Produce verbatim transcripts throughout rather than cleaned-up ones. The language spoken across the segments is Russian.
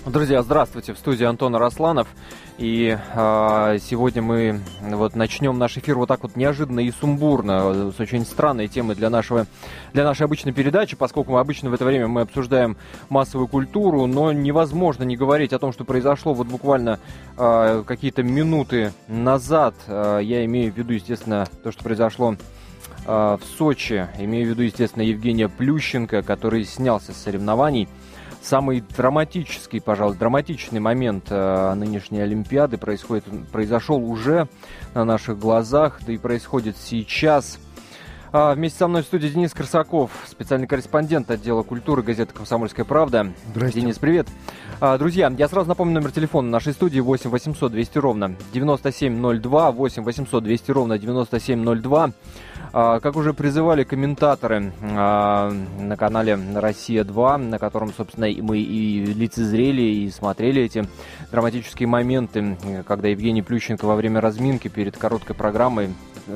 Друзья, здравствуйте, в студии Антон Арасланов, и э, сегодня мы вот начнем наш эфир вот так вот неожиданно и сумбурно, с очень странной темой для, нашего, для нашей обычной передачи, поскольку мы обычно в это время мы обсуждаем массовую культуру, но невозможно не говорить о том, что произошло вот буквально э, какие-то минуты назад. Э, я имею в виду, естественно, то, что произошло э, в Сочи, имею в виду, естественно, Евгения Плющенко, который снялся с соревнований. Самый драматический, пожалуй, драматичный момент э, нынешней Олимпиады происходит, произошел уже на наших глазах, да и происходит сейчас. А, вместе со мной в студии Денис Корсаков, специальный корреспондент отдела культуры газеты «Комсомольская правда». Здрасте. Денис, привет. А, друзья, я сразу напомню номер телефона нашей студии восемь восемьсот двести ровно девяносто семь ноль два, восемь восемьсот двести ровно девяносто семь ноль два. Как уже призывали комментаторы на канале «Россия два», на котором, собственно, мы и лицезрели, и смотрели эти драматические моменты, когда Евгений Плющенко во время разминки перед короткой программой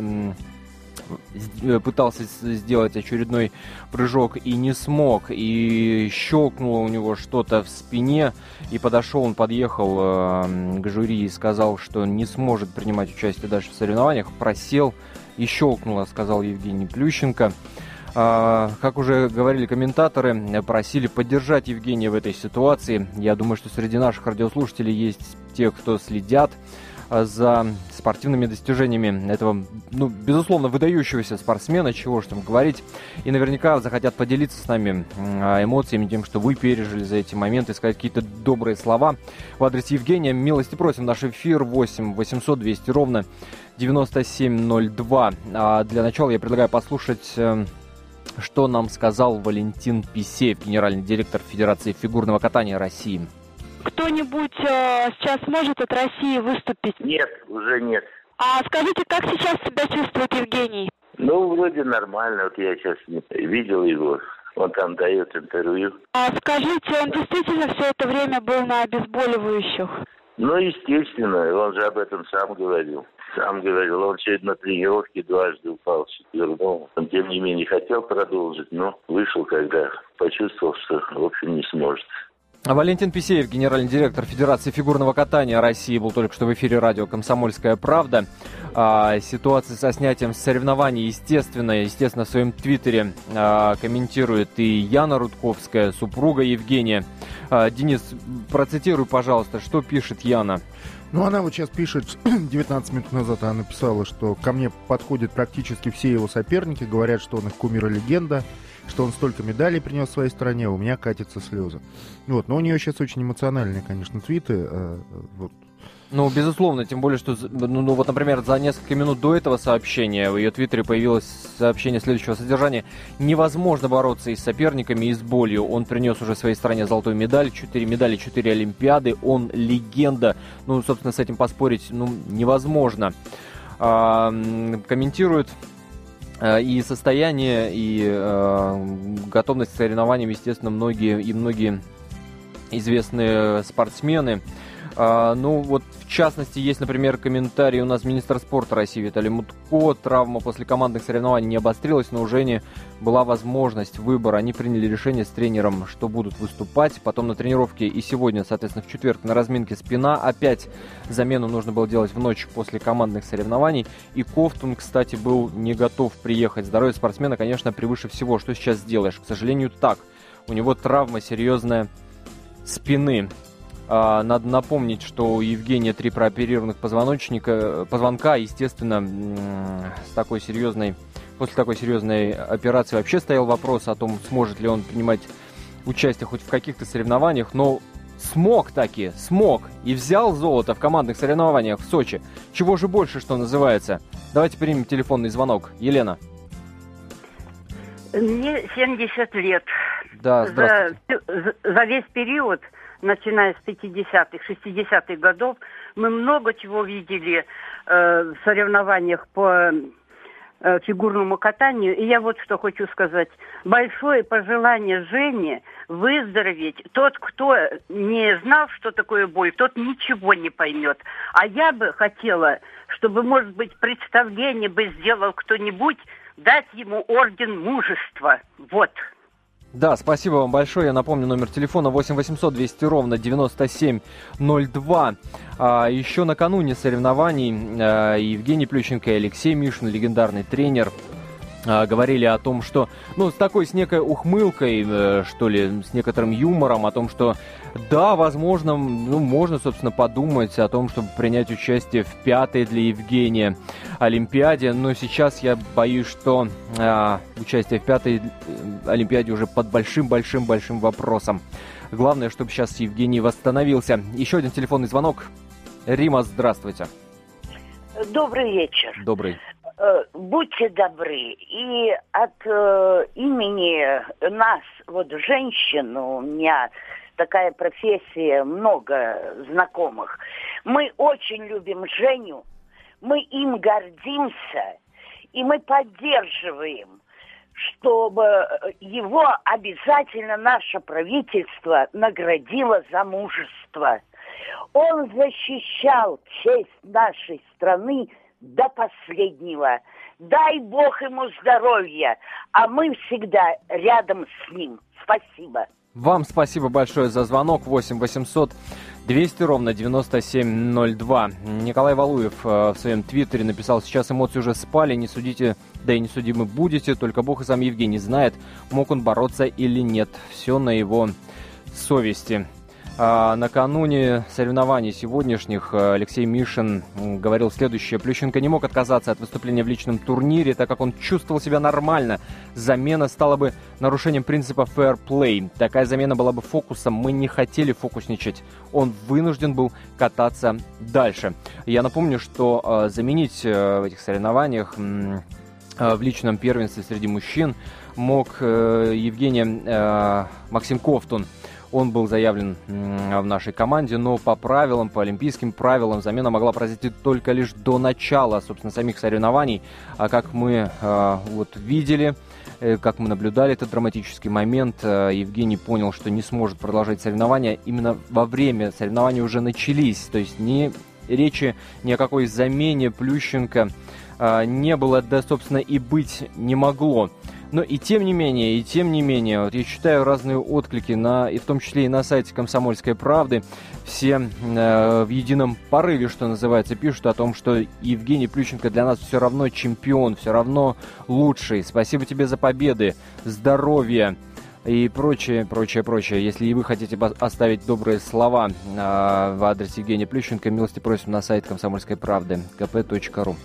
пытался сделать очередной прыжок и не смог, и щелкнуло у него что-то в спине, и подошел, он подъехал к жюри и сказал, что не сможет принимать участие дальше в соревнованиях, просел и щелкнуло, сказал Евгений Плющенко. А, как уже говорили комментаторы, просили поддержать Евгения в этой ситуации. Я думаю, что среди наших радиослушателей есть те, кто следят за спортивными достижениями этого, ну, безусловно, выдающегося спортсмена, чего ж там говорить, и наверняка захотят поделиться с нами эмоциями, тем, что вы пережили за эти моменты, сказать какие-то добрые слова в адрес Евгения. Милости просим, наш эфир восемь восемьсот двести ровно девяносто семь ноль два. А для начала я предлагаю послушать, что нам сказал Валентин Писеев, генеральный директор Федерации фигурного катания России. Кто-нибудь э, сейчас может от России выступить? Нет, уже нет. А скажите, как сейчас себя чувствует Евгений? Ну, вроде нормально. Вот я сейчас видел его. Он там дает интервью. А скажите, он действительно все это время был на обезболивающих? Ну, естественно. Он же об этом сам говорил. Сам говорил. Он сегодня на тренировке дважды упал, четвернул. Он, тем не менее, хотел продолжить, но вышел, когда почувствовал, что, в общем, не сможет. Валентин Писеев, генеральный директор Федерации фигурного катания России, был только что в эфире радио «Комсомольская правда». А, ситуация со снятием соревнований, естественно, естественно, в своем твиттере а, комментирует и Яна Рудковская, супруга Евгения. А, Денис, процитируй, пожалуйста, что пишет Яна. Ну, она вот сейчас пишет, девятнадцать минут назад она написала, что ко мне подходят практически все его соперники, говорят, что он их кумир и легенда, что он столько медалей принес своей стране, а у меня катятся слезы. Вот, но у нее сейчас очень эмоциональные, конечно, твиты. Э, вот. Ну, безусловно, тем более, что, ну, ну, вот, например, за несколько минут до этого сообщения в ее твиттере появилось сообщение следующего содержания. Невозможно бороться и с соперниками, и с болью. Он принес уже своей стране золотую медаль, четыре медали, четыре Олимпиады. Он легенда. Ну, собственно, с этим поспорить, ну, невозможно. А, комментирует и состояние, и э, готовность к соревнованиям, естественно, многие и многие известные спортсмены. А, ну, вот, в частности, есть, например, комментарий у нас министра спорта России Виталий Мутко. Травма после командных соревнований не обострилась, но уже не была возможность выбора. Они приняли решение с тренером, что будут выступать. Потом на тренировке и сегодня, соответственно, в четверг на разминке спина. Опять замену нужно было делать в ночь после командных соревнований. И Ковтун, кстати, был не готов приехать. Здоровье спортсмена, конечно, превыше всего. Что сейчас сделаешь? К сожалению, так. У него травма серьезная спины. Надо напомнить, что у Евгения три прооперированных позвоночника, позвонка, естественно, с такой серьезной, после такой серьезной операции вообще стоял вопрос о том, сможет ли он принимать участие хоть в каких-то соревнованиях, но смог таки, смог и взял золото в командных соревнованиях в Сочи. Чего же больше, что называется? Давайте примем телефонный звонок. Елена. Мне семьдесят лет. Да, здравствуйте. За, за весь период, начиная с пятидесятых, шестидесятых годов, мы много чего видели э, в соревнованиях по э, фигурному катанию. И я вот что хочу сказать. Большое пожелание Жене выздороветь. Тот, кто не знал, что такое боль, тот ничего не поймет. А я бы хотела, чтобы, может быть, представление бы сделал кто-нибудь, дать ему орден мужества. Вот. Да, спасибо вам большое. Я напомню, номер телефона восемь восемьсот двести ровно девяносто семь ноль два. А, еще накануне соревнований а, Евгений Плющенко и Алексей Мишин, легендарный тренер, а, говорили о том, что, ну, с такой, с некой ухмылкой, э, что ли, с некоторым юмором, о том, что да, возможно, ну, можно, собственно, подумать о том, чтобы принять участие в пятой для Евгения Олимпиаде, но сейчас я боюсь, что э, участие в пятой Олимпиаде уже под большим-большим-большим вопросом. Главное, чтобы сейчас Евгений восстановился. Еще один телефонный звонок. Рима, здравствуйте. Добрый вечер. Добрый. Будьте добры, и от э, имени нас, вот женщин, у меня такая профессия, много знакомых, мы очень любим Женю, мы им гордимся, и мы поддерживаем, чтобы его обязательно наше правительство наградило за мужество. Он защищал честь нашей страны до последнего. Дай Бог ему здоровья, а мы всегда рядом с ним. Спасибо. Вам спасибо большое за звонок. восемь восемьсот двести ровно девяносто семь ноль два. Николай Валуев э, в своем твиттере написал: сейчас эмоции уже спали, не судите, да и не судимы будете, только Бог и сам Евгений знает, мог он бороться или нет. Все на его совести. А накануне соревнований сегодняшних Алексей Мишин говорил следующее. Плющенко не мог отказаться от выступления в личном турнире, так как он чувствовал себя нормально. Замена стала бы нарушением принципа fair play. Такая замена была бы фокусом. Мы не хотели фокусничать. Он вынужден был кататься дальше. Я напомню, что э, заменить э, в этих соревнованиях э, в личном первенстве среди мужчин мог э, Евгений э, Максим Ковтун. Он был заявлен в нашей команде, но по правилам, по олимпийским правилам, замена могла произойти только лишь до начала, собственно, самих соревнований. А как мы э, вот видели, э, как мы наблюдали этот драматический момент, э, Евгений понял, что не сможет продолжать соревнования. Именно во время соревнований уже начались, то есть ни речи ни о какой замене Плющенко э, не было, да, собственно, и быть не могло. Но и тем не менее, и тем не менее, вот я читаю разные отклики, на, и в том числе и на сайте «Комсомольской правды», все э, в едином порыве, что называется, пишут о том, что Евгений Плющенко для нас все равно чемпион, все равно лучший. Спасибо тебе за победы, здоровья и прочее, прочее, прочее. Если и вы хотите оставить добрые слова э, в адрес Евгения Плющенко, милости просим на сайт «Комсомольской правды» ка пэ точка ру.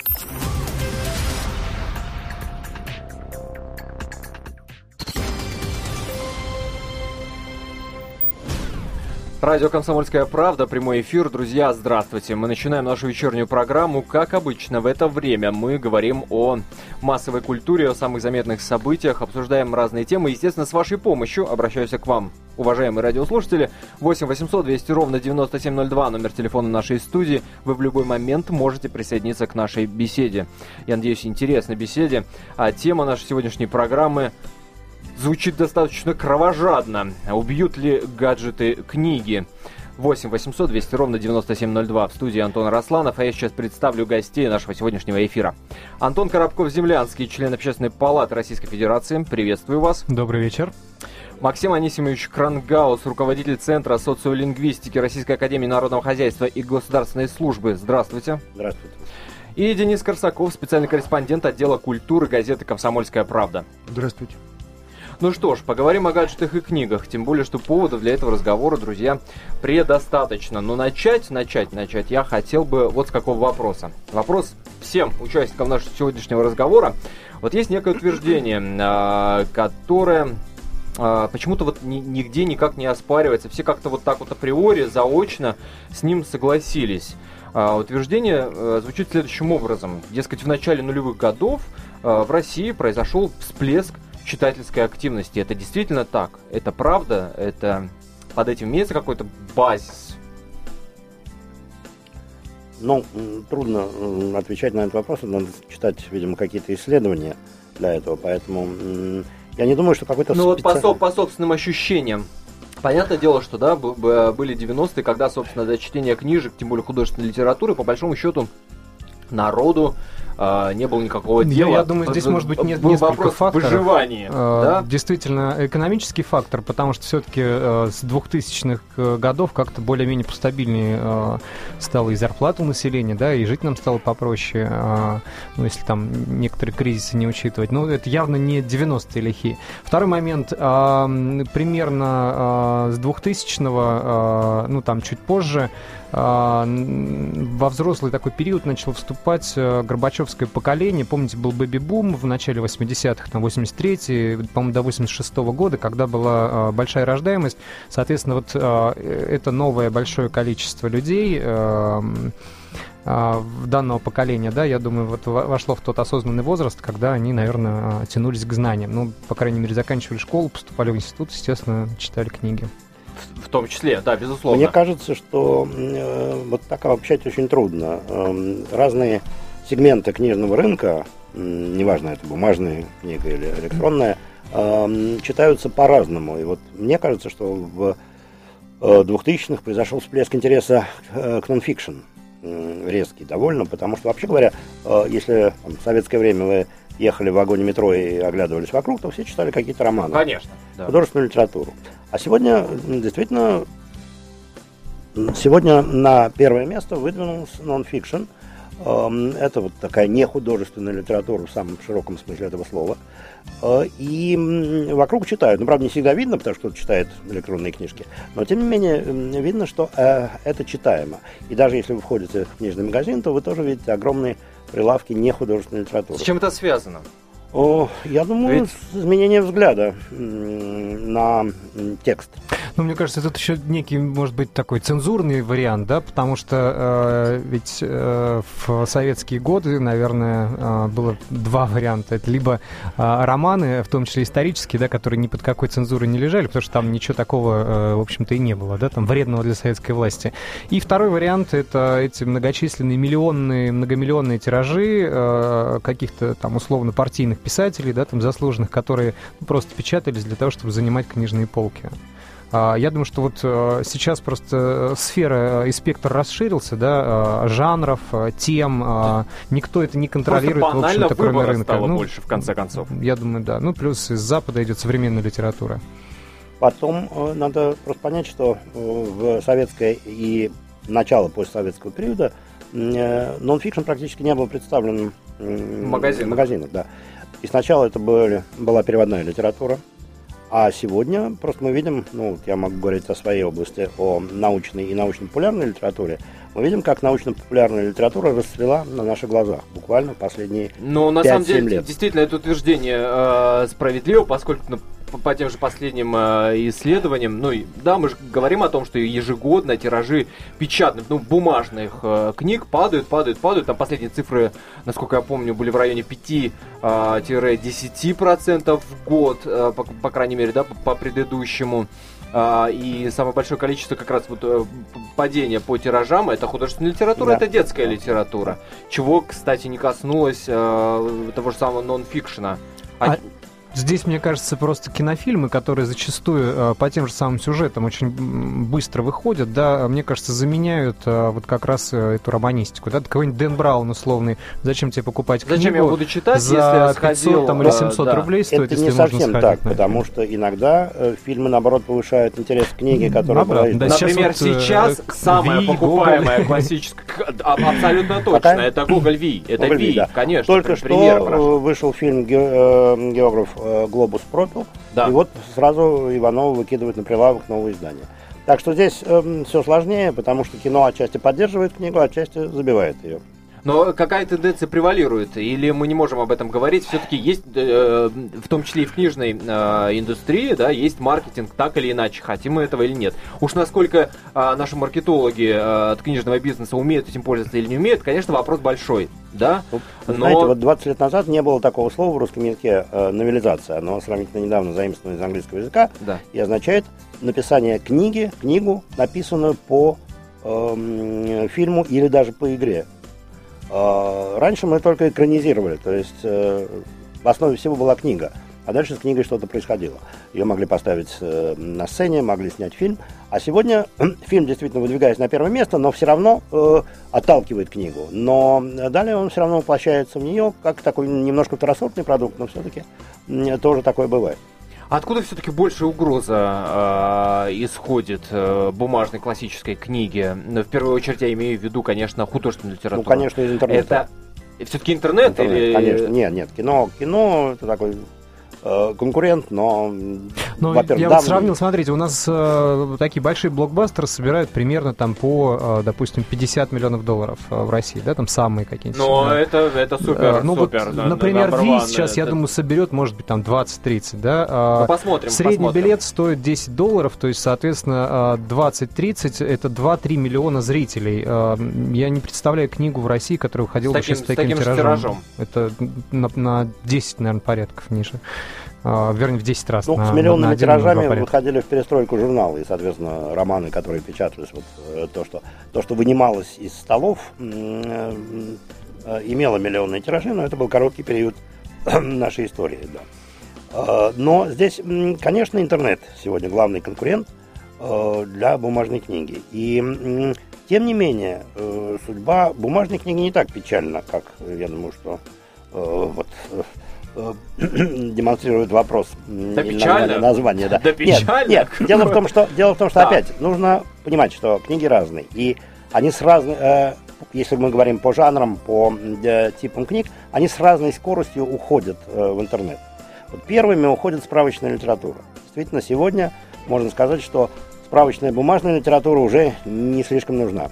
Радио «Комсомольская правда», прямой эфир. Друзья, здравствуйте. Мы начинаем нашу вечернюю программу. Как обычно, в это время мы говорим о массовой культуре, о самых заметных событиях, обсуждаем разные темы. Естественно, с вашей помощью обращаюсь к вам, уважаемые радиослушатели. восемь восемьсот двести ровно девяносто семь ноль два, номер телефона нашей студии. Вы в любой момент можете присоединиться к нашей беседе. Я надеюсь, интересной беседе. А тема нашей сегодняшней программы звучит достаточно кровожадно. Убьют ли гаджеты книги? восемь восемьсот двести ровно девяносто семь ноль два. В студии Антон Росланов, а я сейчас представлю гостей нашего сегодняшнего эфира. Антон Коробков-Землянский, член Общественной палаты Российской Федерации. Приветствую вас. Добрый вечер. Максим Анисимович Крангаус, руководитель Центра социолингвистики Российской академии народного хозяйства и государственной службы. Здравствуйте. Здравствуйте. И Денис Корсаков, специальный корреспондент отдела культуры газеты «Комсомольская правда». Здравствуйте. Ну что ж, поговорим о гаджетах и книгах, тем более, что поводов для этого разговора, друзья, предостаточно. Но начать, начать, начать я хотел бы вот с какого вопроса. Вопрос всем участникам нашего сегодняшнего разговора. Вот есть некое утверждение, которое почему-то вот нигде никак не оспаривается. Все как-то вот так вот априори, заочно с ним согласились. Утверждение звучит следующим образом. Дескать, в начале нулевых годов в России произошел всплеск читательской активности. Это действительно так? Это правда? Это под этим имеется какой-то базис? Ну, трудно отвечать на этот вопрос. Надо читать, видимо, какие-то исследования для этого. Поэтому я не думаю, что какой-то... Ну специ... вот по, по собственным ощущениям. Понятное дело, что да, были девяностые, когда, собственно, до чтения книжек, тем более художественной литературы, по большому счету, народу Uh, не было никакого дела. Я, я думаю, здесь может быть нет, был несколько вопрос факторов. Выживания. Uh, да? Действительно, экономический фактор, потому что все-таки uh, с двухтысячных годов как-то более-менее постабильнее uh, стала и зарплата у населения, да, и жить нам стало попроще, uh, ну, если там некоторые кризисы не учитывать. Ну, это явно не девяностые лихие. Второй момент. Uh, примерно uh, с двухтысячного, uh, ну, там, чуть позже, во взрослый такой период начало вступать горбачевское поколение. Помните, был бэби-бум в начале восьмидесятых, там, восемьдесят третий, по-моему, до восемьдесят шестого года, когда была большая рождаемость. Соответственно, вот это новое большое количество людей данного поколения, да, я думаю, вот вошло в тот осознанный возраст, когда они, наверное, тянулись к знаниям. Ну, по крайней мере, заканчивали школу, поступали в институт, естественно, читали книги. В том числе, да, безусловно. Мне кажется, что э, вот так обобщать очень трудно. Э, разные сегменты книжного рынка, э, неважно, это бумажная книга или электронная, э, читаются по-разному. И вот мне кажется, что в э, двухтысячных произошел всплеск интереса э, к нон-фикшн. Э, резкий довольно, потому что, вообще говоря, э, если там, в советское время вы ехали в вагоне метро и оглядывались вокруг, то все читали какие-то романы. Конечно. Да. Художественную литературу. А сегодня, действительно, сегодня на первое место выдвинулся нон-фикшн. Это вот такая нехудожественная литература в самом широком смысле этого слова. И вокруг читают. Ну, правда, не всегда видно, потому что кто-то читает электронные книжки. Но, тем не менее, видно, что это читаемо. И даже если вы входите в книжный магазин, то вы тоже видите огромные прилавки нехудожественной литературы. С чем это связано? О, я думаю, Ведь... с изменением взгляда на текст. Ну, мне кажется, это еще некий, может быть, такой цензурный вариант, да, потому что э, ведь э, в советские годы, наверное, э, было два варианта. Это либо э, романы, в том числе исторические, да, которые ни под какой цензурой не лежали, потому что там ничего такого, э, в общем-то, и не было, да, там вредного для советской власти. И второй вариант — это эти многочисленные миллионные, многомиллионные тиражи э, каких-то там условно партийных писателей, да, там заслуженных, которые ну, просто печатались для того, чтобы занимать книжные полки. Я думаю, что вот сейчас просто сфера и спектр расширился, да, жанров, тем, никто это не контролирует, просто в общем-то, кроме рынка. Стало ну, больше, в конце концов. Я думаю, да. Ну, плюс из Запада идет современная литература. Потом э, надо просто понять, что э, в советское и начало постсоветского периода э, нон-фикшн практически не был представлен э, в магазинах. магазинах, да. И сначала это были, была переводная литература. А сегодня просто мы видим, ну, я могу говорить о своей области, о научной и научно-популярной литературе. Мы видим, как научно-популярная литература расцвела на наших глазах буквально последние пять-семь лет. Ну, на самом деле, действительно, это утверждение э, справедливо, поскольку ну, по, по тем же последним э, исследованиям, ну, и, да, мы же говорим о том, что ежегодно тиражи печатных, ну, бумажных э, книг падают, падают, падают. Там последние цифры, насколько я помню, были в районе пять-десять процентов в год, э, по, по крайней мере, да, по, по предыдущему. Uh, и самое большое количество как раз вот uh, падения по тиражам — это художественная литература, да. Это детская литература, чего, кстати, не коснулось uh, того же самого нон-фикшена. А... А... Здесь, мне кажется, просто кинофильмы, которые зачастую э, по тем же самым сюжетам очень быстро выходят, да, мне кажется, заменяют э, вот как раз э, эту романистику. Да? Какой-нибудь Дэн Браун условный, зачем тебе покупать книгу? Зачем я буду читать, за если я сходил, пятьсот там, или семьсот да. рублей стоит, это если не совсем можно так, на потому что иногда э, фильмы, наоборот, повышают интерес к книге, которая была... Да, Например, сейчас, вот, сейчас э, самая Ви, покупаемая классическая, абсолютно точно, это Google Ви, это Google Ви, да. конечно. Только что пример, вышел фильм «Географ Глобус пропил», да. И вот сразу Иванова выкидывает на прилавок новое издание. Так что здесь э, все сложнее, потому что кино отчасти поддерживает книгу, отчасти забивает ее. Но какая тенденция превалирует? Или мы не можем об этом говорить? Все-таки есть, э, в том числе и в книжной э, индустрии, да, есть маркетинг так или иначе, хотим мы этого или нет. Уж насколько э, наши маркетологи э, от книжного бизнеса умеют этим пользоваться или не умеют, конечно, вопрос большой. Да? Ну, Но... Знаете, вот двадцать лет назад не было такого слова в русском языке э, новелизация. Оно сравнительно недавно заимствовано из английского языка, да. И означает написание книги, книгу, написанную по э, фильму или даже по игре. Раньше мы только экранизировали, то есть э, в основе всего была книга. а дальше с книгой что-то происходило. Ее могли поставить э, на сцене, могли снять фильм. А сегодня фильм действительно выдвигается на первое место, но все равно э, отталкивает книгу. Но далее он все равно воплощается в нее, как такой немножко второсортный продукт, но все-таки э, тоже такое бывает. Откуда все-таки больше угроза э, исходит э, бумажной классической книги? В первую очередь я имею в виду, конечно, художественную литературу. Ну, конечно, из интернета. Это все-таки интернет? интернет или... Конечно, нет, нет, кино, кино это такой э, конкурент, но, но во-первых, я давний... вот сравнил, смотрите, у нас э, такие большие блокбастеры собирают примерно там по, э, допустим, пятьдесят миллионов долларов э, в России, да, там самые какие-нибудь. Ну, да. это, это супер, э, ну, супер. Вот, да, например, да, Виз сейчас, это... я думаю, соберет, может быть, там двадцать-тридцать, да. Ну, посмотрим, Средний посмотрим. билет стоит десять долларов, то есть, соответственно, двадцать-тридцать, это два-три миллиона зрителей. Я не представляю книгу в России, которая выходила бы сейчас с таким, таким тиражом. тиражом. Это на, на десять, наверное, порядков ниже. Uh, вернее, в десять раз. Ну, на, с миллионными на один, тиражами на выходили в перестройку журналы, и, соответственно, романы, которые печатались, вот э, то, что, то, что вынималось из столов, э, э, имело миллионные тиражи, но это был короткий период нашей истории, да. Э, но здесь, конечно, интернет сегодня главный конкурент э, для бумажной книги. И, э, тем не менее, э, судьба бумажной книги не так печальна, как, я думаю, что э, вот... Э, демонстрирует вопрос да или печально. название, да. Да печально. Нет, нет, дело в том, что дело в том, что да. опять нужно понимать, что книги разные, и они с разной, э, если мы говорим по жанрам, по э, типам книг, они с разной скоростью уходят э, в интернет. Вот первыми уходит справочная литература. Действительно, сегодня можно сказать, что справочная бумажная литература уже не слишком нужна.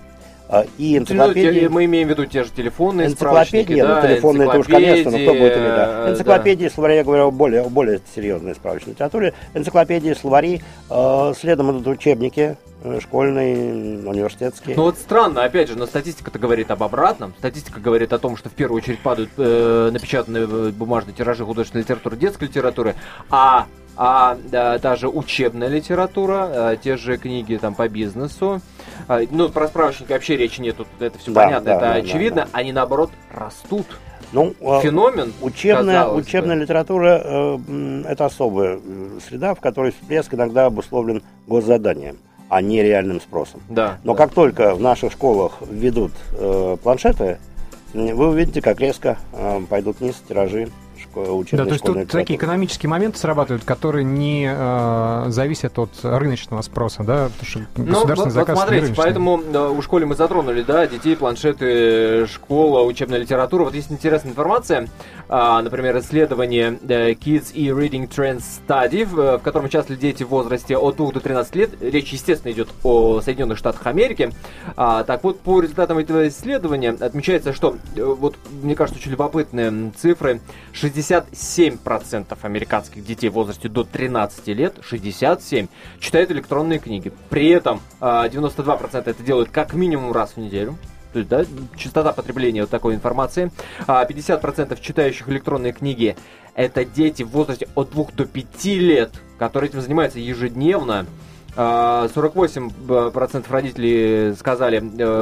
И энциклопедии... Ну, мы имеем в виду те же телефонные энциклопедии, да, ну, телефонные это уж, конечно, но кто будет иметь, да. Энциклопедии, да. Словари, я говорю, более, более серьезной справочной литературе. Энциклопедии, словари, э, следом идут учебники, э, школьные, университетские. Ну вот странно, опять же, но статистика-то говорит об обратном. Статистика говорит о том, что в первую очередь падают э, напечатанные бумажные тиражи художественной литературы, детской литературы, а А да, та же учебная литература, а, те же книги там по бизнесу, а, ну, про справочники вообще речи нет, тут это все да, понятно, да, это да, очевидно, да, да. Они наоборот растут. Ну, феномен, учебная, учебная литература э, это особая среда, в которой всплеск иногда обусловлен госзаданием, а не реальным спросом. Да, Но да. как только в наших школах введут э, планшеты, вы увидите, как резко э, пойдут вниз тиражи. Да, то есть тут такие экономические моменты срабатывают, которые не э, зависят от рыночного спроса, да, потому что государственный ну, заказ вот смотрите, рыночный. поэтому да, у школы мы затронули, да, детей, планшеты, школа, учебная литература. Вот есть интересная информация, а, например, исследование Kids e-Reading Trends Study, в, в котором участвовали дети в возрасте от двух до тринадцати лет. Речь, естественно, идет о Соединенных Штатах Америки. А, так вот, по результатам этого исследования отмечается, что, вот, мне кажется, очень любопытные цифры. шестьдесят семь процентов американских детей в возрасте до тринадцати лет, шестьдесят семь процентов, читают электронные книги. При этом девяносто два процента это делают как минимум раз в неделю. То есть, да, частота потребления вот такой информации. пятьдесят процентов читающих электронные книги — это дети в возрасте от двух до пяти лет, которые этим занимаются ежедневно. сорок восемь процентов родителей сказали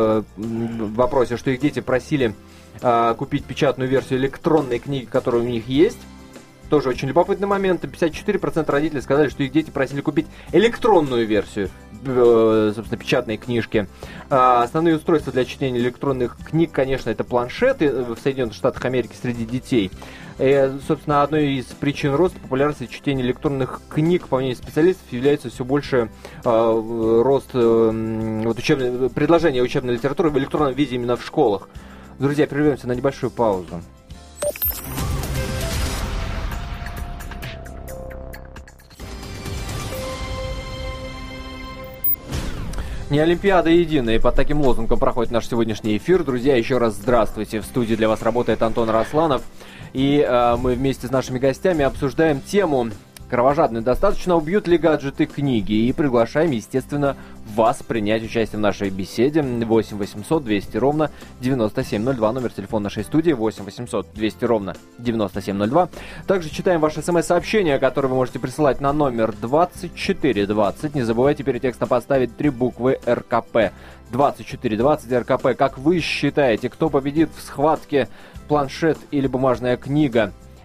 в вопросе, что их дети просили купить печатную версию электронной книги, которая у них есть. Тоже очень любопытный момент. пятьдесят четыре процента родителей сказали, что их дети просили купить электронную версию, собственно, печатной книжки. Основные устройства для чтения электронных книг, конечно, это планшеты в Соединенных Штатах Америки среди детей. И, собственно, одной из причин роста популярности чтения электронных книг, по мнению специалистов, является все больше э, рост э, вот, учебной, предложения учебной литературы в электронном виде именно в школах. Друзья, прервемся на небольшую паузу. Не Олимпиада единая, и под таким лозунгом проходит наш сегодняшний эфир. Друзья, еще раз здравствуйте. В студии для вас работает Антон Росланов. И э, мы вместе с нашими гостями обсуждаем тему «Кровожадные достаточно, убьют ли гаджеты книги?» И приглашаем, естественно, вас принять участие в нашей беседе. восемь восемьсот двести ровно девяносто семь ноль два, номер телефона нашей студии восемь восемьсот двести ровно девяносто семь ноль два. Также читаем ваши смс-сообщения, которые вы можете присылать на номер двадцать четыре двадцать. Не забывайте перед текстом поставить три буквы эр ка пэ. двадцать четыре двадцать эр ка пэ. Как вы считаете, кто победит в схватке, планшет или бумажная книга?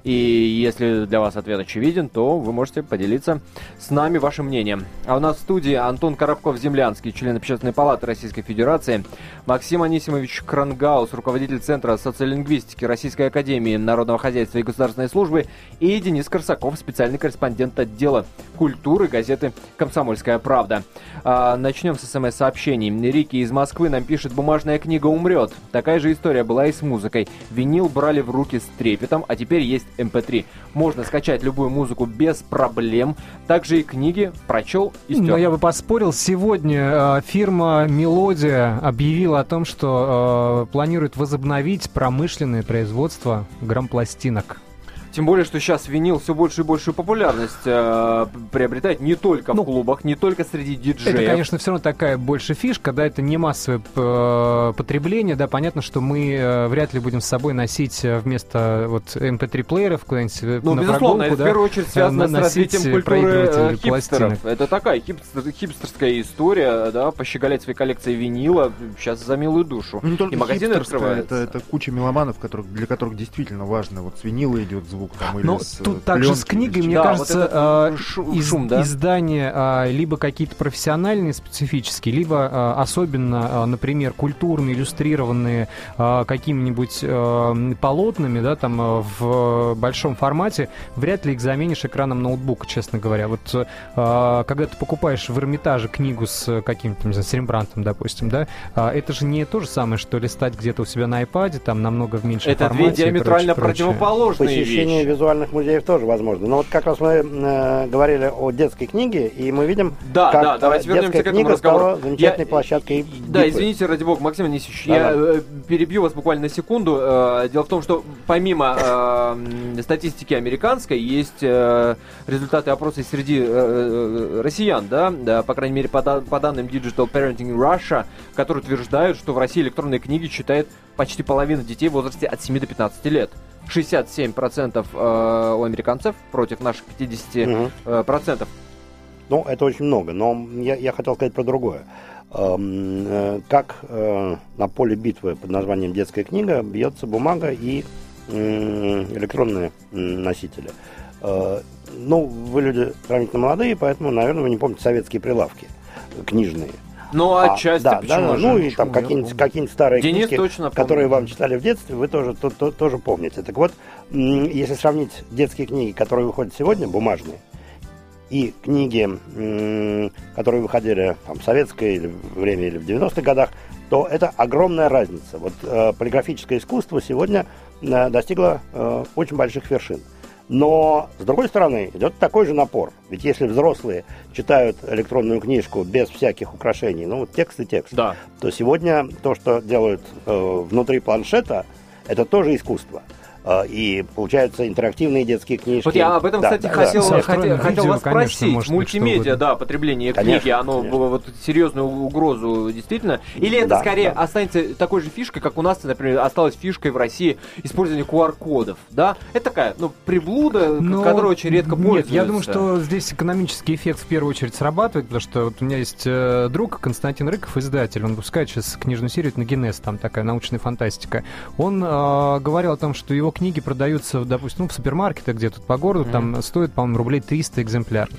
И если для вас ответ очевиден, то вы можете поделиться с нами вашим мнением. А у нас в студии Антон Коробков-Землянский, член Общественной палаты Российской Федерации, Максим Анисимович Крангаус, руководитель Центра социолингвистики Российской академии народного хозяйства и государственной службы, и Денис Корсаков, специальный корреспондент отдела культуры газеты «Комсомольская правда». А, начнем с смс-сообщений. Рики из Москвы нам пишет: «Бумажная книга умрет». Такая же история была и с музыкой. Винил брали в руки с трепетом, а теперь есть эм пэ три. Можно скачать любую музыку без проблем. Также и книги прочел и стер. Но я бы поспорил. Сегодня э, фирма «Мелодия» объявила о том, что э, планирует возобновить промышленное производство грампластинок. Тем более, что сейчас винил все больше и большую популярность э, приобретает не только ну, в клубах, не только среди диджеев. Это, конечно, все равно такая больше фишка, да, это не массовое э, потребление, да, понятно, что мы э, вряд ли будем с собой носить вместо вот эм пэ три-плееров куда-нибудь ну, на безусловно, прогулку, это да, в первую очередь связано с развитием культуры хипстеров. Пластинок. Это такая хипстер, хипстерская история, да, пощеголять своей коллекцией винила сейчас за милую душу. Ну, не только и магазины открываются. Это, это куча меломанов, которых, для которых действительно важно, вот с винила идет звук там, или но с тут также с книгой, мне да, кажется, вот э, шум, из, шум, да? издания э, либо какие-то профессиональные, специфические, либо э, особенно, э, например, культурные, иллюстрированные э, какими-нибудь э, полотнами, да, там э, в большом формате, вряд ли их заменишь экраном ноутбука, честно говоря. Вот э, когда ты покупаешь в Эрмитаже книгу с каким-то, не знаю, с Рембрандтом, допустим, да, э, это же не то же самое, что листать где-то у себя на iPad, там намного в меньшем это формате. Это две диаметрально прочее, противоположные прочее. Посещение вещи. визуальных музеев тоже возможно. Но вот как раз мы э, говорили о детской книге, и мы видим, да, как да, давайте детская вернемся к этому книга разговору. стала замечательной я, площадкой. Да, битвы. Извините, ради бога, Максим Анисимович, да, я да. э, перебью вас буквально на секунду. Э, дело в том, что помимо э, статистики американской, есть э, результаты опроса среди э, россиян, да, да, по крайней мере, по, по данным Digital Parenting Russia, которые утверждают, что в России электронные книги читает почти половина детей в возрасте от семи до пятнадцати лет. шестьдесят семь процентов э, у американцев против наших пятьдесят процентов. Ну, это очень много, но я, я хотел сказать про другое. Эм, э, как э, на поле битвы под названием «Детская книга» бьется бумага и э, электронные э, носители. Э, ну, вы люди сравнительно молодые, поэтому, наверное, вы не помните советские прилавки книжные. Ну, а, отчасти, да, почему да, же? Ну, и там какие-нибудь, какие-нибудь старые Денис книжки, точно которые вам читали в детстве, вы тоже, то, то, тоже помните. Так вот, если сравнить детские книги, которые выходят сегодня, бумажные, и книги, которые выходили там, в советское время или в девяностых годах, то это огромная разница. Вот э, полиграфическое искусство сегодня э, достигло э, очень больших вершин. Но, с другой стороны, идет такой же напор. Ведь если взрослые читают электронную книжку без всяких украшений, ну, вот текст и текст, да. то сегодня то, что делают э, внутри планшета, это тоже искусство. Э, и получаются интерактивные детские книжки. Вот я об этом, да, кстати, да, хотел, да. хотел, видео, хотел вас конечно, спросить. Мультимедиа, да, потребление конечно, книги, оно конечно. вот серьезную угрозу действительно? Или это да, скорее да. останется такой же фишкой, как у нас, например, осталась фишкой в России использование ку ар-кодов, да? Это такая, ну, приблуда, Но... которой очень редко пользуются. Нет, я думаю, что здесь экономический эффект в первую очередь срабатывает, потому что вот у меня есть э, друг Константин Рыков, издатель, он выпускает сейчас книжную серию «Этногенез», там такая научная фантастика. Он э, говорил о том, что его книги продаются, допустим, ну, в супермаркетах где-то по городу, mm-hmm. там стоит, по-моему, рублей триста экземпляр.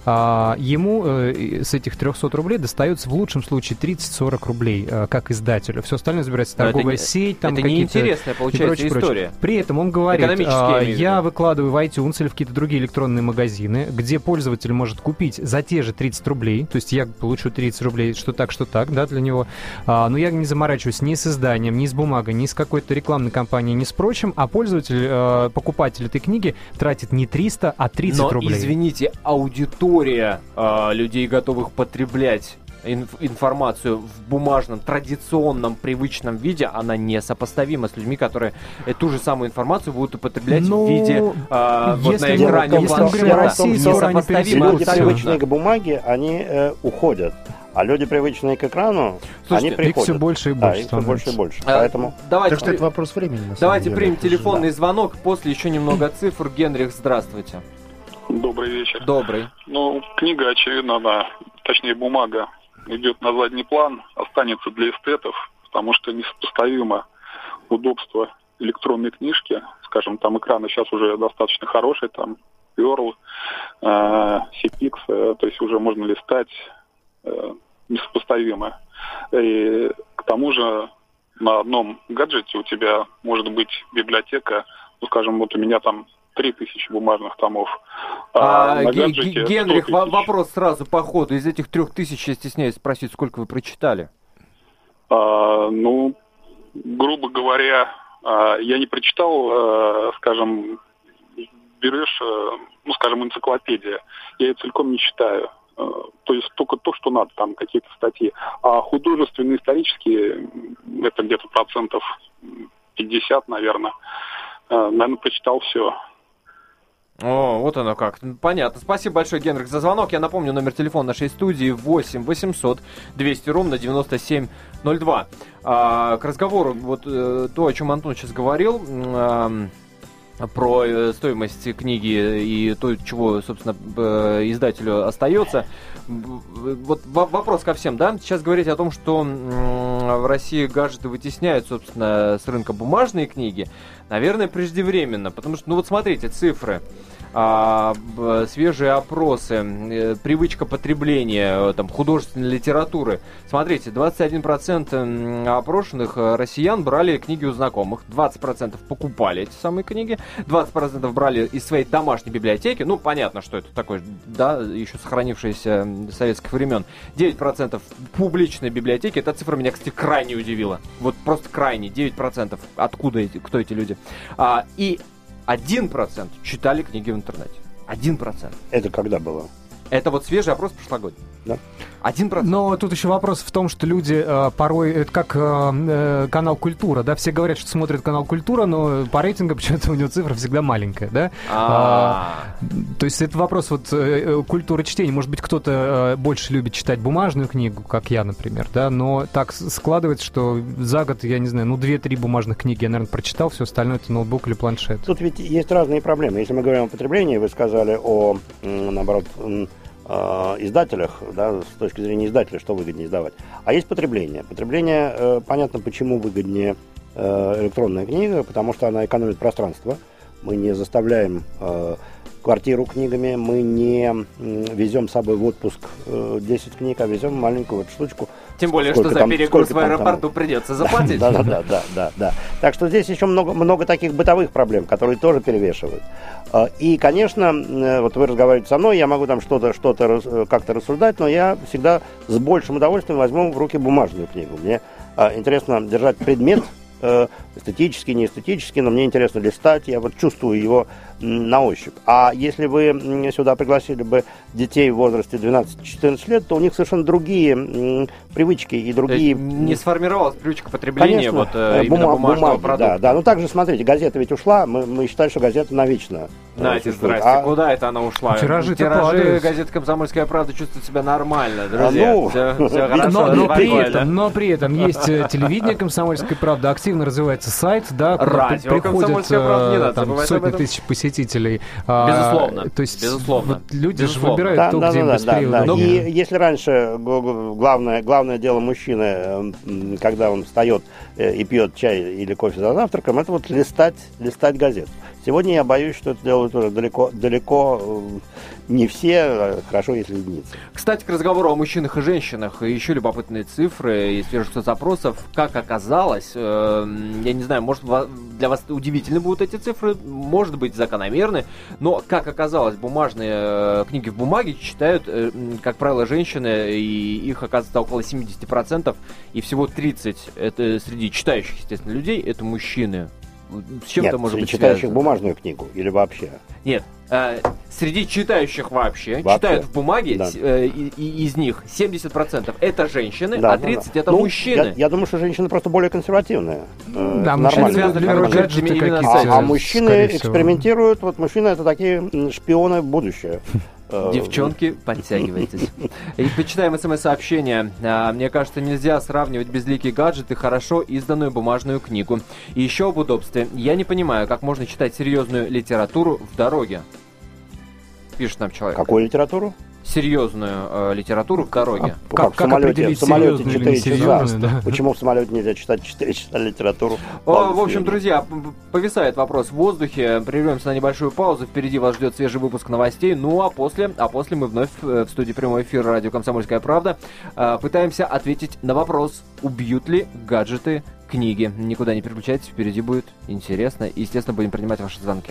А, ему э, с этих трехсот рублей достается в лучшем случае тридцать-сорок рублей э, как издателю. Все остальное забирается торговая это, сеть, там это какие-то... неинтересная, получается, прочее, история. Прочее. При этом он говорит, а, я выкладываю в iTunes или в какие-то другие электронные магазины, где пользователь может купить за те же тридцать рублей, то есть я получу тридцать рублей, что так, что так, да, для него, а, но я не заморачиваюсь ни с изданием, ни с бумагой, ни с какой-то рекламной кампанией, ни с прочим, а пользователь, э, покупатель этой книги тратит не триста, а тридцать но, рублей. Извините, аудитория э, людей, готовых потреблять информацию в бумажном, традиционном, привычном виде, она несопоставима с людьми, которые ту же самую информацию будут употреблять ну, в виде э, вот на экране если планшета. России, скоро они люди, привычные к бумаге, они э, уходят. А люди, привычные к экрану, Слушайте, они приходят. Их все больше и больше. Да, их все больше и больше. А, Поэтому... давайте, так что это вопрос времени. На давайте самом примем деле. телефонный да. звонок, после еще немного цифр. Генрих, здравствуйте. Добрый вечер. Добрый. Ну, книга, очевидно, она, точнее бумага, идет на задний план, останется для эстетов, потому что несопоставимо удобство электронные книжки, скажем, там экраны сейчас уже достаточно хорошие, там Перл, Сипикс, то есть уже можно листать, э, несопоставимо. И к тому же на одном гаджете у тебя может быть библиотека, ну, скажем, вот у меня там три тысячи бумажных томов. А, а Г- Г- Генрих, в- вопрос сразу по ходу. Из этих трех тысяч, я стесняюсь спросить, сколько вы прочитали? А, ну, грубо говоря, я не прочитал, скажем, берешь, ну, скажем, энциклопедия. Я ее целиком не читаю. То есть только то, что надо, там какие-то статьи. А художественные, исторические, это где-то процентов пятьдесят, наверное. Наверное, прочитал все. О, вот оно как. Понятно. Спасибо большое, Генрих, за звонок. Я напомню, номер телефона нашей студии восемь восемьсот двести ровно девяносто семь ноль два. А, к разговору, вот э, то, о чем Антон сейчас говорил, э, про э, стоимость книги и то, чего, собственно, э, издателю остается. Вот в- вопрос ко всем, да? Сейчас говорить о том, что м- в России гаджеты вытесняют, собственно, с рынка бумажные книги, наверное, преждевременно, потому что, ну вот смотрите, цифры, а, б- свежие опросы, э, привычка потребления, э, там, художественной литературы. Смотрите, двадцать один процент м, опрошенных э, россиян брали книги у знакомых, двадцать процентов покупали эти самые книги, двадцать процентов брали из своей домашней библиотеки, ну, понятно, что это такое, да, еще сохранившееся советских времен, девять процентов публичной библиотеки. Эта цифра меня, кстати, крайне удивила. Вот просто крайне, девять процентов. Откуда эти, кто эти люди? А, и один процент читали книги в интернете. один процент. Это когда было? Это вот свежий опрос прошлогодний. Да. один процент. Но тут еще вопрос в том, что люди э, порой, это как э, э, канал «Культура», да, все говорят, что смотрят канал «Культура», но по рейтингам почему-то у него цифра всегда маленькая, да. А, то есть это вопрос вот э, культуры чтения. Может быть, кто-то э, больше любит читать бумажную книгу, как я, например, да, но так складывается, что за год, я не знаю, ну, две-три бумажных книги я, наверное, прочитал, все остальное это ноутбук или планшет. Тут ведь есть разные проблемы. Если мы говорим о потреблении, вы сказали о, наоборот, издателях, да, с точки зрения издателя, что выгоднее издавать. А есть потребление. Потребление, э, понятно, почему выгоднее э, электронная книга, потому что она экономит пространство. Мы не заставляем э, квартиру книгами, мы не м, везем с собой в отпуск э, десять книг, а везем маленькую вот штучку. Тем более, Сколько что за там- перегруз сколько в там аэропорту там? придется заплатить. Да, да, да, да, да, да. Так что здесь еще много, много таких бытовых проблем, которые тоже перевешивают. А, И, конечно, э, вот вы разговариваете со мной, я могу там что-то, что-то рас- э, как-то рассуждать, но я всегда с большим удовольствием возьму в руки бумажную книгу. Мне а, интересно держать предмет, э, эстетически, не эстетически, но мне интересно листать, я вот чувствую его м, на ощупь. А если вы м, сюда пригласили бы детей в возрасте двенадцать-четырнадцать лет, то у них совершенно другие м, привычки и То есть другие... не сформировалась привычка потребления Конечно, вот, э, э, именно бума- бумажного бумаги, продукта. Да, да. Ну также, смотрите, газета ведь ушла, мы, мы считали, что газета навечно. э, Нате, существует. здрасте, А- куда это она ушла? Тиражи-то Тиражи падают. газеты «Комсомольская правда» чувствуют себя нормально, друзья. ну, все, все видно, хорошо, Но, но при нормально. этом, но при этом есть э, телевидение «Комсомольская правда», активно развивается сайт, да, куда Радио при- приходят «Комсомольская правда», не э, надо там забывать об сотни этом. тысяч посетителей. А, Безусловно, То есть безусловно, вот люди безусловно. же выбирают Да, то, да, где да, им да, быстрее да, да. удобнее. И если раньше г- г- главное, главное дело мужчины, э, м, когда он встает э, и пьет чай или кофе за завтраком, это вот листать, листать газету. Сегодня я боюсь, что это делают уже далеко, далеко э, не все, а хорошо, если единицы. Кстати, к разговору о мужчинах и женщинах, еще любопытные цифры из свежих соцопросов. Как оказалось, э, я не знаю, может ва- для вас удивительны будут эти цифры, может быть закономерны, но как оказалось, бумажные э, книги в бумаге читают, э, м, как правило, женщины, и их оказывается около семьдесят процентов, и всего тридцать процентов это среди читающих, естественно, людей, это мужчины. С чем Нет, это может среди быть читающих связано? бумажную книгу или вообще? Нет, э, среди читающих вообще, Вообще. читают в бумаге, Да. с- э, и, и из них семьдесят процентов это женщины, Да, а да, тридцать да. это Ну, мужчины. Я, я думаю, что женщины просто более консервативные. Э, Да, это мужчины нормально. связаны, любят короче, гаджеты именно с какие-то, этим. А, а мужчины скорее всего. экспериментируют, вот мужчины это такие м, шпионы в будущее. Э, Девчонки, подтягивайтесь. И почитаем смс-сообщение. А, Мне кажется, нельзя сравнивать безликие гаджеты, хорошо изданную бумажную книгу. И еще об удобстве. Я не понимаю, как можно читать серьезную литературу в дороге. Пишет нам человек. Какую литературу? серьезную э, литературу в дороге. А, как, как в самолете, в самолете четыре часа. Да. Почему в самолете нельзя читать четыре часа литературу? О, в общем, друзья, повисает вопрос в воздухе. Прервемся на небольшую паузу. Впереди вас ждет свежий выпуск новостей. Ну а после, а после мы вновь в студии прямой эфир радио «Комсомольская правда» э, пытаемся ответить на вопрос, убьют ли гаджеты книги. Никуда не переключайтесь, впереди будет интересно. И, естественно, будем принимать ваши звонки.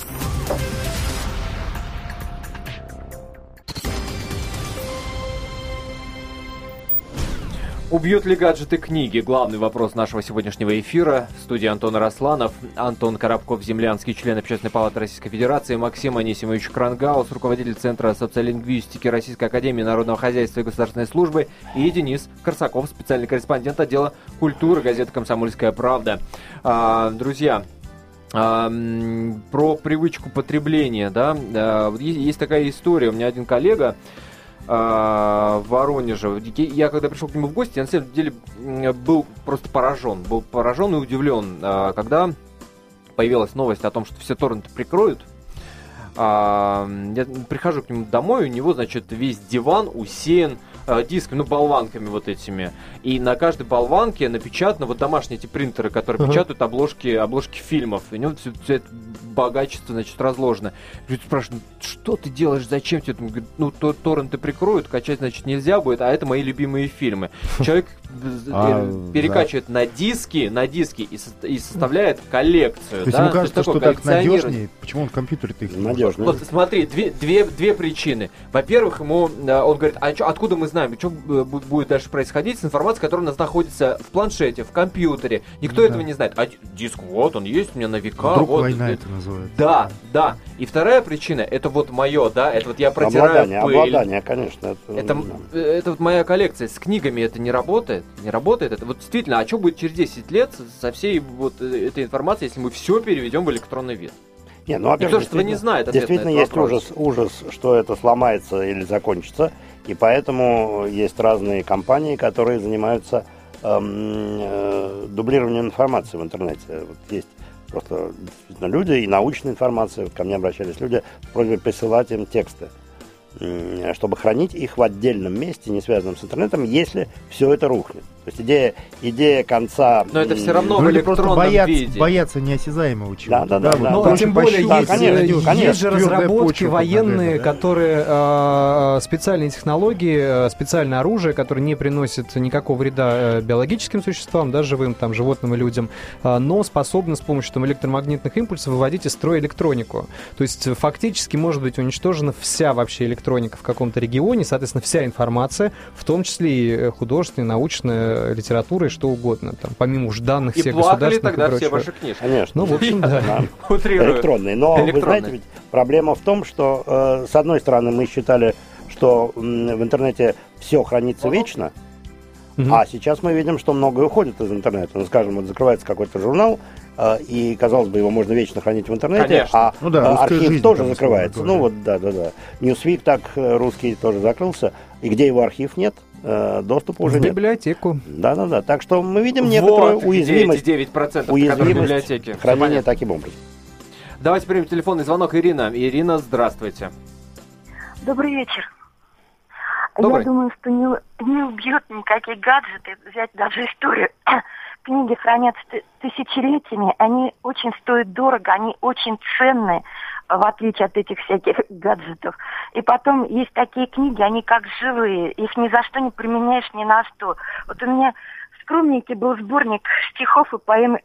Убьют ли гаджеты книги? Главный вопрос нашего сегодняшнего эфира. В студии Антон Арасланов, Антон Коробков-Землянский, член Общественной палаты Российской Федерации, Максим Анисимович Крангаус, руководитель Центра социолингвистики Российской академии народного хозяйства и государственной службы, и Денис Корсаков, специальный корреспондент отдела культуры газеты «Комсомольская правда». А, друзья, А, про привычку потребления, да, а, есть, есть такая история. У меня один коллега в Воронеже. Я когда пришел к нему в гости, я на самом деле был просто поражен. Был поражен и удивлен, когда появилась новость о том, что все торренты прикроют. Я прихожу к нему домой, у него, значит, весь диван усеян дисками, ну, болванками вот этими. И на каждой болванке напечатано вот домашние эти принтеры, которые uh-huh. печатают обложки, обложки фильмов. И у него все, все это богачество, значит, разложено. Люди спрашивают, что ты делаешь, зачем тебе? Он говорит, ну, то, торренты прикроют, качать, значит, нельзя будет, а это мои любимые фильмы. Человек перекачивает на диски, на диски и составляет коллекцию. То есть ему кажется, что так надежнее. Почему он компьютер-то их надежный? Вот смотри, две, две, две причины. Во-первых, ему он говорит, а чё, откуда мы знаем, что будет дальше происходить с информацией, которая у нас находится в планшете, в компьютере. Никто да. этого не знает. А диск вот, он есть у меня на века. Вдруг вот, война это, это называется. Да, да. И вторая причина, это вот мое, да, это вот я протираю обладание, пыль. Обладание, конечно. Это, это, да. это вот моя коллекция. С книгами это не работает. Не работает. Это вот действительно, а что будет через десять лет со всей вот этой информацией, если мы все переведем в электронный вид? Не, ну, никто же этого не знает. Действительно, есть ужас, ужас, что это сломается или закончится. И поэтому есть разные компании, которые занимаются эм, э, дублированием информации в интернете. Вот есть просто действительно люди и научная информация. Вот ко мне обращались люди с просьбой присылать им тексты, э, чтобы хранить их в отдельном месте, не связанном с интернетом, если все это рухнет. То есть идея, идея конца... Но это все равно ну, в электронном боятся, виде. Боятся неосязаемого чего-то. Да, да, да. да, Но да. тем более есть, да, конечно, есть конечно. же разработки военные, да? которые э, специальные технологии, специальное оружие, которое не приносит никакого вреда биологическим существам, да, живым, там, животным и людям, э, но способно с помощью там, электромагнитных импульсов выводить из строя электронику. То есть фактически может быть уничтожена вся вообще электроника в каком-то регионе, соответственно, вся информация, в том числе и художественная, научная, литература и что угодно, там, помимо уж данных и всех государственных и тогда прочего. все ваши книжки. Конечно. Ну, в общем, да. Электронные. Но, вы знаете, ведь проблема в том, что, э, с одной стороны, мы считали, что э, в интернете все хранится вечно, uh-huh. а сейчас мы видим, что многое уходит из интернета. Ну, скажем, вот закрывается какой-то журнал, э, и, казалось бы, его можно вечно хранить в интернете, Конечно. а ну, да, архив тоже там, закрывается. Ну, вот, да-да-да. Newsweek так русский тоже закрылся, и где его архив нет, доступа уже в нет. В библиотеку. Да-да-да. Так что мы видим некоторую вот, уязвимость, девять процентов уязвимость библиотеки. хранения таким образом. Давайте примем телефонный звонок. Ирина. Ирина, здравствуйте. Добрый вечер. Добрый. Я думаю, что не, не убьют никакие гаджеты. Взять даже историю. Книги хранятся тысячелетиями. Они очень стоят дорого, они очень ценные, в отличие от этих всяких гаджетов. И потом есть такие книги, они как живые, их ни за что не применяешь ни на что. Вот у меня в скромнике был сборник стихов и поэм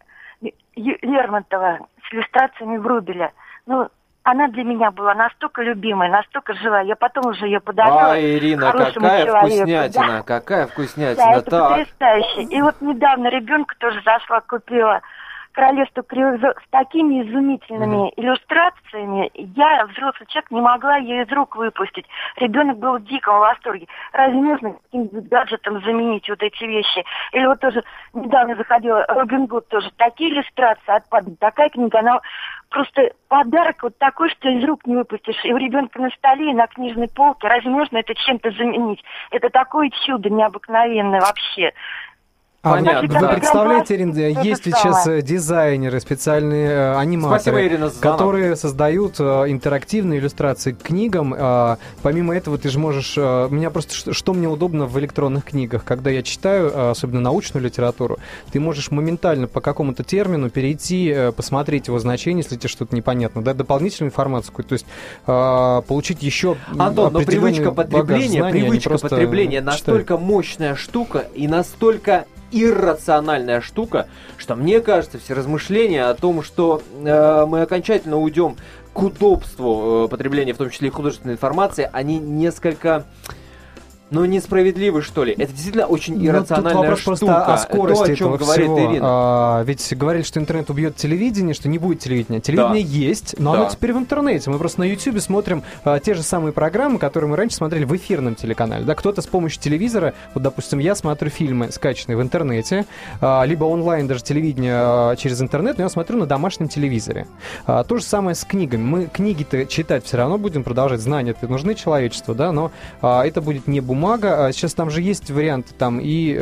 Лермонтова с иллюстрациями Врубеля. Ну, она для меня была настолько любимая, настолько живая. Я потом уже ее подарила. А, Ирина, хорошему какая человеку. вкуснятина, Да. какая вкуснятина. Да, это так. потрясающе. И вот недавно ребенка тоже зашла, купила «Королевство кривых зол» с такими изумительными mm-hmm. иллюстрациями. Я, взрослый человек, не могла ее из рук выпустить. Ребенок был в диком восторге. Разве можно каким-нибудь гаджетом заменить вот эти вещи? Или вот тоже недавно заходила Робин Гуд, тоже такие иллюстрации отпадают, такая книга, она просто подарок вот такой, что из рук не выпустишь. И у ребенка на столе, и на книжной полке. Разве можно это чем-то заменить? Это такое чудо необыкновенное вообще. А Понятно. вы, вы представляете, Ирина, Это есть ведь самое. сейчас дизайнеры, специальные э, аниматоры, Спасибо, Ирина, за звонок. которые создают э, интерактивные иллюстрации к книгам. Э, помимо этого, ты же можешь... Э, меня просто... Что, что мне удобно в электронных книгах? Когда я читаю, э, особенно научную литературу, ты можешь моментально по какому-то термину перейти, э, посмотреть его значение, если тебе что-то непонятно, дать дополнительную информацию, то есть э, получить еще Антон, но привычка потребления, знаний, привычка потребления читать. настолько мощная штука и настолько иррациональная штука, что мне кажется, все размышления о том, что э, мы окончательно уйдем к удобству э, потребления, в том числе и художественной информации, они несколько... Ну, несправедливы, что ли? Это действительно очень иррациональная ну, тут вопрос штука. просто о скорости то, о чем этого говорит всего. Ирина. А, ведь говорили, что интернет убьет телевидение, что не будет телевидения. Телевидение Да. есть, но Да. оно теперь в интернете. Мы просто на Ютубе смотрим а, те же самые программы, которые мы раньше смотрели в эфирном телеканале. Да, кто-то с помощью телевизора, вот, допустим, я смотрю фильмы, скачанные в интернете, а, либо онлайн даже телевидение а, через интернет, но я смотрю на домашнем телевизоре. А, то же самое с книгами. Мы книги-то читать все равно будем продолжать. Знания-то нужны человечеству, да, но а, это будет не бумага. А сейчас там же есть варианты, там и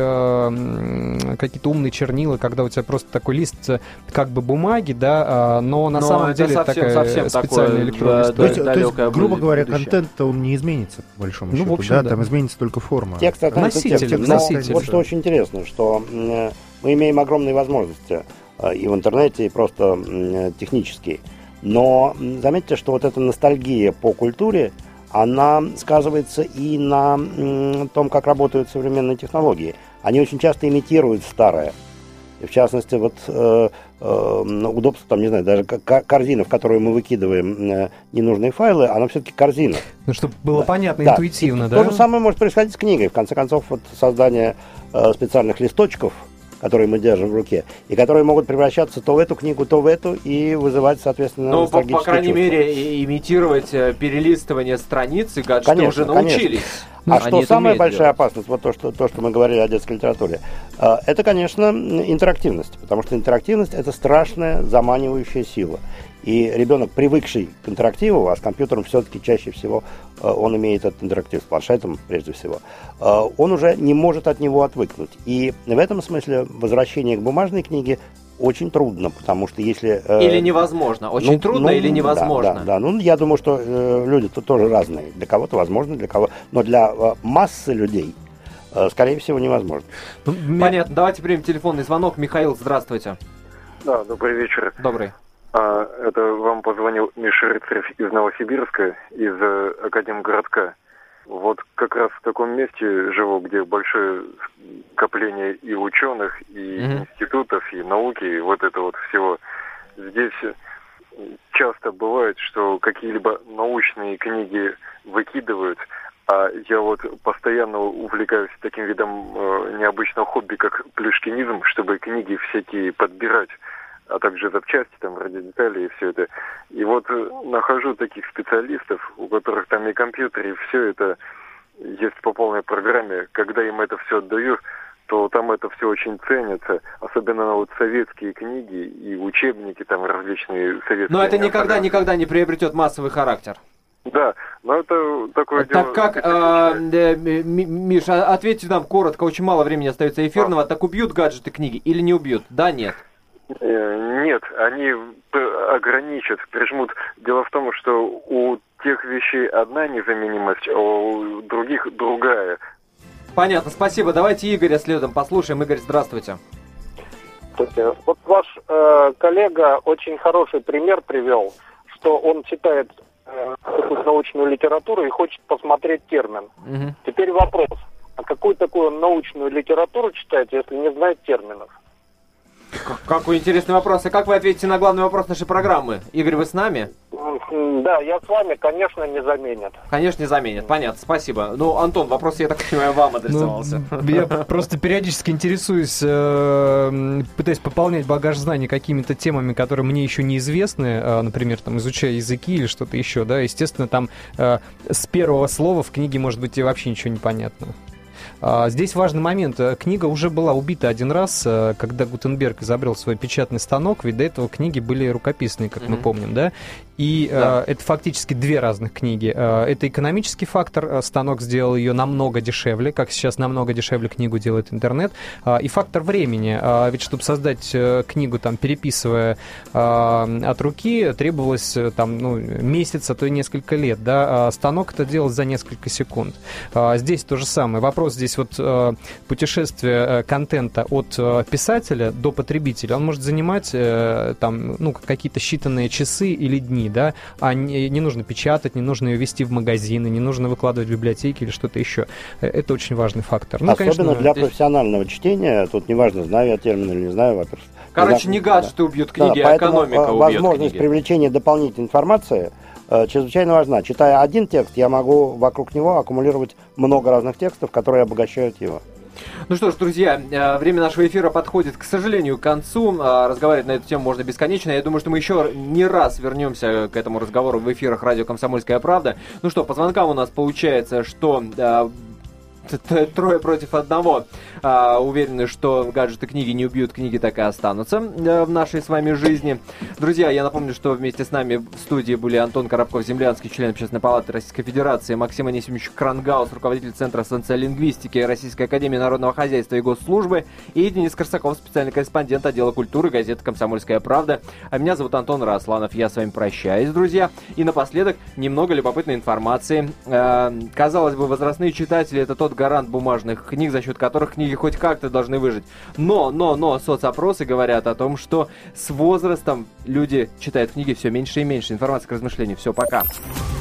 э, какие-то умные чернила, когда у тебя просто такой лист как бы бумаги, да, э, но на Но самом это деле совсем- такая совсем специальная такое, электронная да, То есть, история. то есть, далекое грубо говоря, будущее. контент-то он не изменится, по большому Ну, счету, в общем, да? да. Там изменится только форма. Текст останется Носитель, текстом. Но носитель, вот да. что очень интересно, что э, мы имеем огромные возможности э, и в интернете, и просто э, технические. Но м, заметьте, что вот эта ностальгия по культуре, она сказывается и на м, том, как работают современные технологии. Они очень часто имитируют старое. И в частности, вот э, э, удобство, там, не знаю, даже к- корзина, в которую мы выкидываем э, ненужные файлы, она все-таки корзина. Ну, чтобы было Да. понятно, Да. интуитивно, И да? То же самое может происходить с книгой. В конце концов, вот создание э, специальных листочков, которые мы держим в руке, и которые могут превращаться то в эту книгу, то в эту, и вызывать, соответственно, Ну, по, по ностальгические крайней чувства. мере, и- имитировать э, перелистывание страниц и гаджеты Конечно, уже конечно. научились. А Они что это самая умеют большая делать. опасность, вот то что, то, что мы говорили о детской литературе, э, это, конечно, интерактивность, потому что интерактивность – это страшная заманивающая сила. И ребенок, привыкший к интерактиву, а с компьютером все-таки чаще всего э, он имеет этот интерактив, с планшетом прежде всего, э, он уже не может от него отвыкнуть. И в этом смысле возвращение к бумажной книге очень трудно, потому что если... э, Или невозможно. Очень ну, трудно ну, или да, невозможно. Да, да, ну я думаю, что э, люди тут тоже разные. Для кого-то возможно, для кого... Но для э, массы людей, э, скорее всего, невозможно. Ну, ме- Понятно. Давайте примем телефонный звонок. Михаил, здравствуйте. Да, добрый вечер. Добрый. А, это вам позвонил Миша Рыцарев из Новосибирска, из э, Академгородка. Вот как раз в таком месте живу, где большое скопление и ученых, и Мгм. институтов, и науки, и вот это вот всего. Здесь часто бывает, что какие-либо научные книги выкидывают, а я вот постоянно увлекаюсь таким видом э, необычного хобби, как плюшкинизм, чтобы книги всякие подбирать, а также запчасти, там, радиодетали и все это. И вот э, нахожу таких специалистов, у которых там и компьютер, и все это есть по полной программе. Когда им это все отдаю, то там это все очень ценится. Особенно вот советские книги и учебники, там различные советские. Но это никогда, программы. никогда не приобретет массовый характер. Да, но это такое дело... Так как, э, э, Ми- Миша, ответьте нам коротко, очень мало времени остается эфирного. Так убьют гаджеты книги или не убьют? Да, нет? Э, Нет, они п- ограничат, прижмут. Дело в том, что у тех вещей одна незаменимость, а у других другая. Понятно, спасибо. Давайте Игоря следом послушаем. Игорь, здравствуйте. Вот ваш э, коллега очень хороший пример привел, что он читает э, какую-то научную литературу и хочет посмотреть термин. Мгм. Теперь вопрос, а какую такую научную литературу читать, если не знает терминов? К- Какой интересный вопрос. А как вы ответите на главный вопрос нашей программы? Игорь, вы с нами? М, Да, я с вами, конечно, не заменят. Конечно, не заменят. Понятно, спасибо. Ну, Антон, вопрос, я так понимаю, вам адресовался. Ну, я просто периодически интересуюсь, э, м, пытаюсь пополнять багаж знаний какими-то темами, которые мне еще неизвестны, э, например, там, изучая языки или что-то еще, да, естественно, там э, с первого слова в книге, может быть, и вообще ничего не понятно. А, Здесь важный момент. Книга уже была убита один раз, э, когда Гутенберг изобрел свой печатный станок, ведь до этого книги были рукописные, как мы Мгм. помним, да? И да. э, это фактически две разных книги. Э, это экономический фактор, станок сделал ее намного дешевле, как сейчас намного дешевле книгу делает интернет, э, и фактор времени. Э, ведь чтобы создать э, книгу, там, переписывая э, от руки, требовалось э, там, ну, месяц, а то и несколько лет. Да? А станок это делал за несколько секунд. Э, здесь то же самое. Вопрос здесь вот э, путешествия э, контента от э, писателя до потребителя, он может занимать э, там, ну, какие-то считанные часы или дни, да, а не, не нужно печатать, не нужно ее вести в магазины, не нужно выкладывать в библиотеки или что-то еще. Это очень важный фактор. Ну, особенно конечно, для здесь... профессионального чтения, тут неважно, знаю я термин или не знаю, во-первых. Короче, знаю, не гаджеты да. убьют книги, да, а экономика убьет возможность книги. привлечения дополнительной информации э, чрезвычайно важна. Читая один текст, я могу вокруг него аккумулировать много разных текстов, которые обогащают его. Ну что ж, друзья, время нашего эфира подходит, к сожалению, к концу. Разговаривать на эту тему можно бесконечно. Я думаю, что мы еще не раз вернемся к этому разговору в эфирах радио «Комсомольская правда». Ну что, по звонкам у нас получается, что... Трое против одного. А, уверены, что гаджеты книги не убьют, книги так и останутся а, в нашей с вами жизни. Друзья, я напомню, что вместе с нами в студии были Антон Коробков-Землянский, член Общественной палаты Российской Федерации, Максим Анисимович Крангаус, руководитель Центра социолингвистики Российской академии народного хозяйства и госслужбы, и Денис Корсаков, специальный корреспондент отдела культуры газеты «Комсомольская правда». А меня зовут Антон Росланов. Я с вами прощаюсь, друзья. И напоследок немного любопытной информации. А, казалось бы, возрастные читатели — это тот гарант бумажных книг, за счет которых книги хоть как-то должны выжить. Но, но, но соцопросы говорят о том, что с возрастом люди читают книги все меньше и меньше. Информация к размышлению. Все, пока.